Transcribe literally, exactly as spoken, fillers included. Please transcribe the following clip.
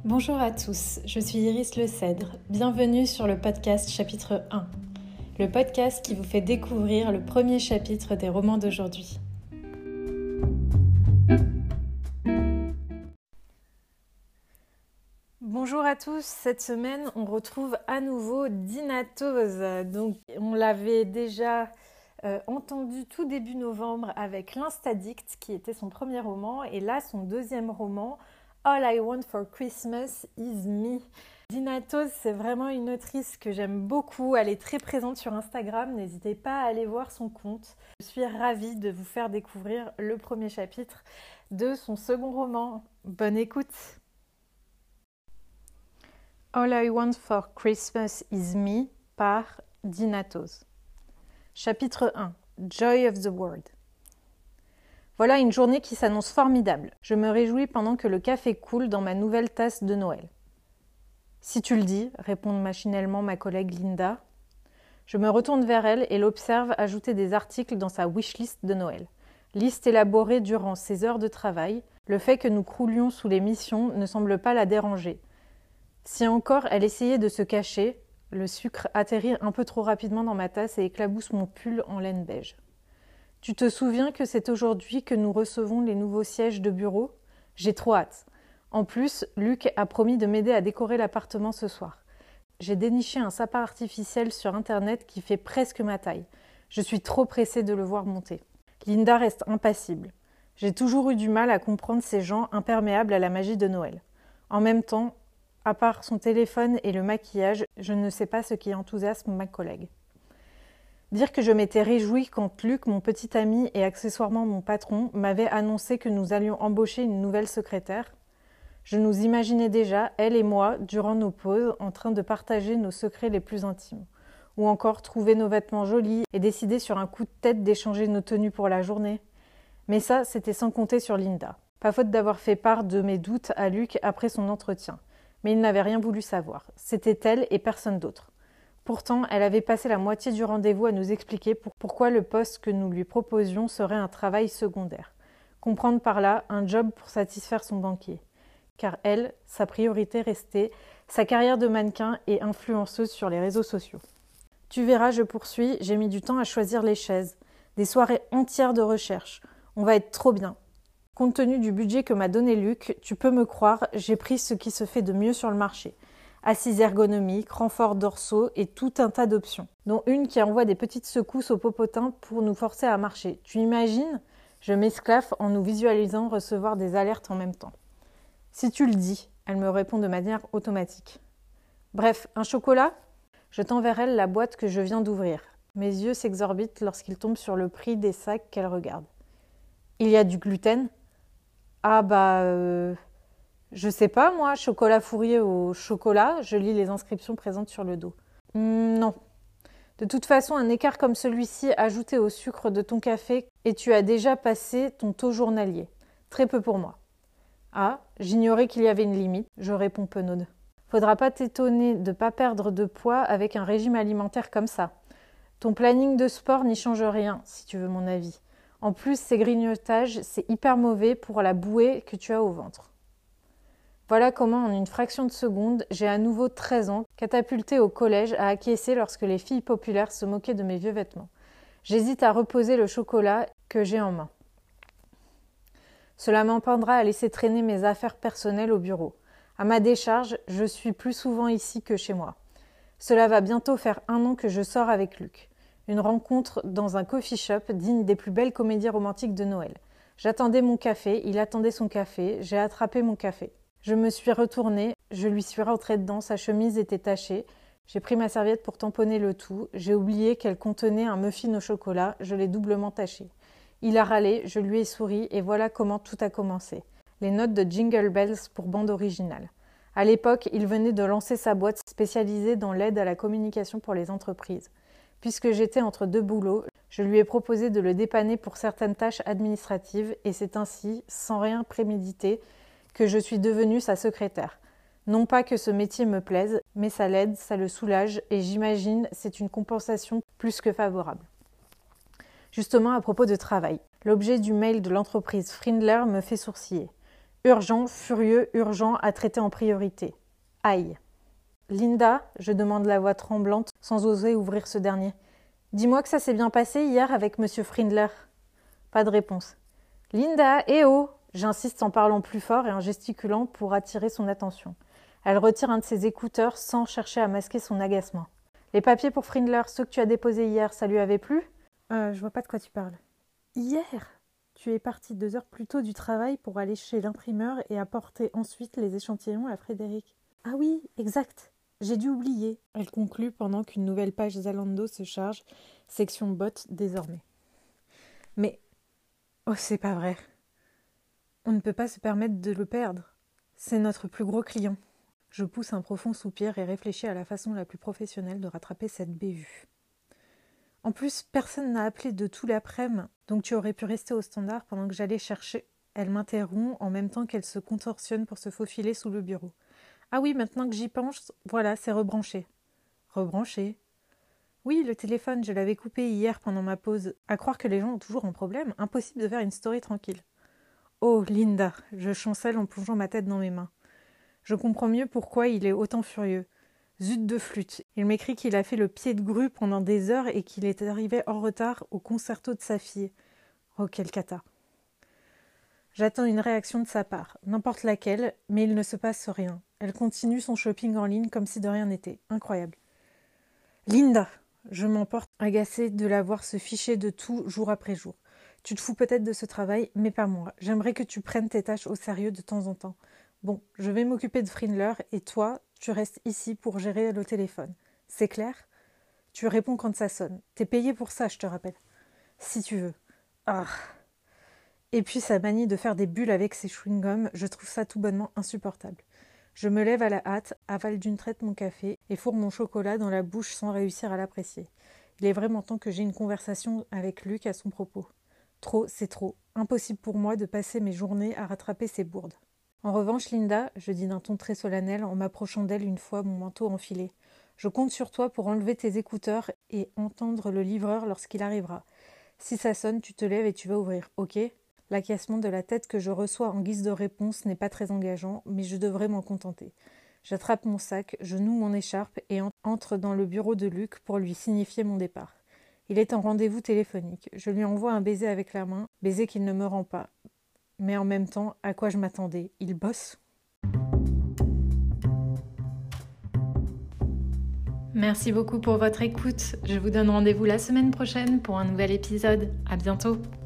Bonjour à tous, je suis Iris Le Cèdre. Bienvenue sur le podcast chapitre un, le podcast qui vous fait découvrir le premier chapitre des romans d'aujourd'hui. Bonjour à tous, cette semaine on retrouve à nouveau Dinatose. Donc on l'avait déjà euh, entendu tout début novembre avec L'Instaddict qui était son premier roman et là son deuxième roman All I Want for Christmas is Me. Dinatose, c'est vraiment une autrice que j'aime beaucoup. Elle est très présente sur Instagram. N'hésitez pas à aller voir son compte. Je suis ravie de vous faire découvrir le premier chapitre de son second roman. Bonne écoute. All I Want for Christmas is Me par Dinatose. Chapitre un. Joy of the World. Voilà une journée qui s'annonce formidable. Je me réjouis pendant que le café coule dans ma nouvelle tasse de Noël. Si tu le dis, répond machinalement ma collègue Linda. Je me retourne vers elle et l'observe ajouter des articles dans sa wishlist de Noël. Liste élaborée durant ses heures de travail, le fait que nous croulions sous les missions ne semble pas la déranger. Si encore elle essayait de se cacher, le sucre atterrit un peu trop rapidement dans ma tasse et éclabousse mon pull en laine beige. Tu te souviens que c'est aujourd'hui que nous recevons les nouveaux sièges de bureau ? J'ai trop hâte. En plus, Luc a promis de m'aider à décorer l'appartement ce soir. J'ai déniché un sapin artificiel sur internet qui fait presque ma taille. Je suis trop pressée de le voir monter. Linda reste impassible. J'ai toujours eu du mal à comprendre ces gens imperméables à la magie de Noël. En même temps, à part son téléphone et le maquillage, je ne sais pas ce qui enthousiasme ma collègue. Dire que je m'étais réjouie quand Luc, mon petit ami et accessoirement mon patron, m'avait annoncé que nous allions embaucher une nouvelle secrétaire. Je nous imaginais déjà, elle et moi, durant nos pauses, en train de partager nos secrets les plus intimes. Ou encore trouver nos vêtements jolis et décider sur un coup de tête d'échanger nos tenues pour la journée. Mais ça, c'était sans compter sur Linda. Pas faute d'avoir fait part de mes doutes à Luc après son entretien. Mais il n'avait rien voulu savoir. C'était elle et personne d'autre. Pourtant, elle avait passé la moitié du rendez-vous à nous expliquer pour pourquoi le poste que nous lui proposions serait un travail secondaire. Comprendre par là un job pour satisfaire son banquier. Car elle, sa priorité restait sa carrière de mannequin et influenceuse sur les réseaux sociaux. Tu verras, je poursuis, j'ai mis du temps à choisir les chaises. Des soirées entières de recherche. On va être trop bien. Compte tenu du budget que m'a donné Luc, tu peux me croire, j'ai pris ce qui se fait de mieux sur le marché. Assises ergonomiques, renforts dorsaux et tout un tas d'options, dont une qui envoie des petites secousses au popotin pour nous forcer à marcher. Tu imagines ? Je m'esclaffe en nous visualisant recevoir des alertes en même temps. Si tu le dis, elle me répond de manière automatique. Bref, un chocolat ? Je tends vers elle la boîte que je viens d'ouvrir. Mes yeux s'exorbitent lorsqu'ils tombent sur le prix des sacs qu'elle regarde. Il y a du gluten ? Ah bah... Euh... Je sais pas, moi, chocolat fourrier au chocolat, je lis les inscriptions présentes sur le dos. Mmh, non. De toute façon, un écart comme celui-ci ajouté au sucre de ton café et tu as déjà passé ton taux journalier. Très peu pour moi. Ah, j'ignorais qu'il y avait une limite, je réponds penaude. Faudra pas t'étonner de pas perdre de poids avec un régime alimentaire comme ça. Ton planning de sport n'y change rien, si tu veux mon avis. En plus, ces grignotages, c'est hyper mauvais pour la bouée que tu as au ventre. Voilà comment, en une fraction de seconde, j'ai à nouveau treize ans, catapultée au collège à acquiescer lorsque les filles populaires se moquaient de mes vieux vêtements. J'hésite à reposer le chocolat que j'ai en main. Cela m'empendra à laisser traîner mes affaires personnelles au bureau. À ma décharge, je suis plus souvent ici que chez moi. Cela va bientôt faire un an que je sors avec Luc. Une rencontre dans un coffee shop digne des plus belles comédies romantiques de Noël. J'attendais mon café, il attendait son café, j'ai attrapé mon café. Je me suis retournée, je lui suis rentrée dedans, sa chemise était tachée. J'ai pris ma serviette pour tamponner le tout. J'ai oublié qu'elle contenait un muffin au chocolat, je l'ai doublement taché. Il a râlé, je lui ai souri et voilà comment tout a commencé. Les notes de Jingle Bells pour bande originale. À l'époque, il venait de lancer sa boîte spécialisée dans l'aide à la communication pour les entreprises. Puisque j'étais entre deux boulots, je lui ai proposé de le dépanner pour certaines tâches administratives et c'est ainsi, sans rien préméditer, que je suis devenue sa secrétaire. Non pas que ce métier me plaise, mais ça l'aide, ça le soulage et j'imagine c'est une compensation plus que favorable. Justement à propos de travail, l'objet du mail de l'entreprise Frindler me fait sourciller. Urgent, furieux, urgent, à traiter en priorité. Aïe. Linda, je demande la voix tremblante, sans oser ouvrir ce dernier. Dis-moi que ça s'est bien passé hier avec monsieur Frindler. Pas de réponse. Linda, eh oh! J'insiste en parlant plus fort et en gesticulant pour attirer son attention. Elle retire un de ses écouteurs sans chercher à masquer son agacement. Les papiers pour Frindler, ceux que tu as déposés hier, ça lui avait plu? Euh, je vois pas de quoi tu parles. Hier? Tu es partie deux heures plus tôt du travail pour aller chez l'imprimeur et apporter ensuite les échantillons à Frédéric. Ah oui, exact. J'ai dû oublier. Elle conclut pendant qu'une nouvelle page Zalando se charge, section bottes désormais. Mais, oh c'est pas vrai. On ne peut pas se permettre de le perdre. C'est notre plus gros client. Je pousse un profond soupir et réfléchis à la façon la plus professionnelle de rattraper cette bévue. En plus, personne n'a appelé de tout l'après-midi, donc tu aurais pu rester au standard pendant que j'allais chercher. Elle m'interrompt en même temps qu'elle se contorsionne pour se faufiler sous le bureau. Ah oui, maintenant que j'y pense, voilà, c'est rebranché. Rebranché? Oui, le téléphone, je l'avais coupé hier pendant ma pause. À croire que les gens ont toujours un problème, impossible de faire une story tranquille. Oh, Linda, je chancelle en plongeant ma tête dans mes mains. Je comprends mieux pourquoi il est autant furieux. Zut de flûte. Il m'écrit qu'il a fait le pied de grue pendant des heures et qu'il est arrivé en retard au concerto de sa fille. Oh, quelle cata. J'attends une réaction de sa part, n'importe laquelle, mais il ne se passe rien. Elle continue son shopping en ligne comme si de rien n'était. Incroyable. Linda, je m'emporte agacée de la voir se ficher de tout jour après jour. Tu te fous peut-être de ce travail, mais pas moi. J'aimerais que tu prennes tes tâches au sérieux de temps en temps. Bon, je vais m'occuper de Frindler et toi, tu restes ici pour gérer le téléphone. C'est clair? Tu réponds quand ça sonne. T'es payé pour ça, je te rappelle. Si tu veux. Ah. Et puis sa manie de faire des bulles avec ses chewing-gums, je trouve ça tout bonnement insupportable. Je me lève à la hâte, avale d'une traite mon café et fourre mon chocolat dans la bouche sans réussir à l'apprécier. Il est vraiment temps que j'ai une conversation avec Luc à son propos. Trop, c'est trop. Impossible pour moi de passer mes journées à rattraper ces bourdes. En revanche, Linda, je dis d'un ton très solennel en m'approchant d'elle une fois mon manteau enfilé, je compte sur toi pour enlever tes écouteurs et entendre le livreur lorsqu'il arrivera. Si ça sonne, tu te lèves et tu vas ouvrir, ok? L'acquiescement de la tête que je reçois en guise de réponse n'est pas très engageant, mais je devrais m'en contenter. J'attrape mon sac, je noue mon écharpe et entre dans le bureau de Luc pour lui signifier mon départ. Il est en rendez-vous téléphonique. Je lui envoie un baiser avec la main, baiser qu'il ne me rend pas. Mais en même temps, à quoi je m'attendais? Il bosse? Merci beaucoup pour votre écoute. Je vous donne rendez-vous la semaine prochaine pour un nouvel épisode. À bientôt.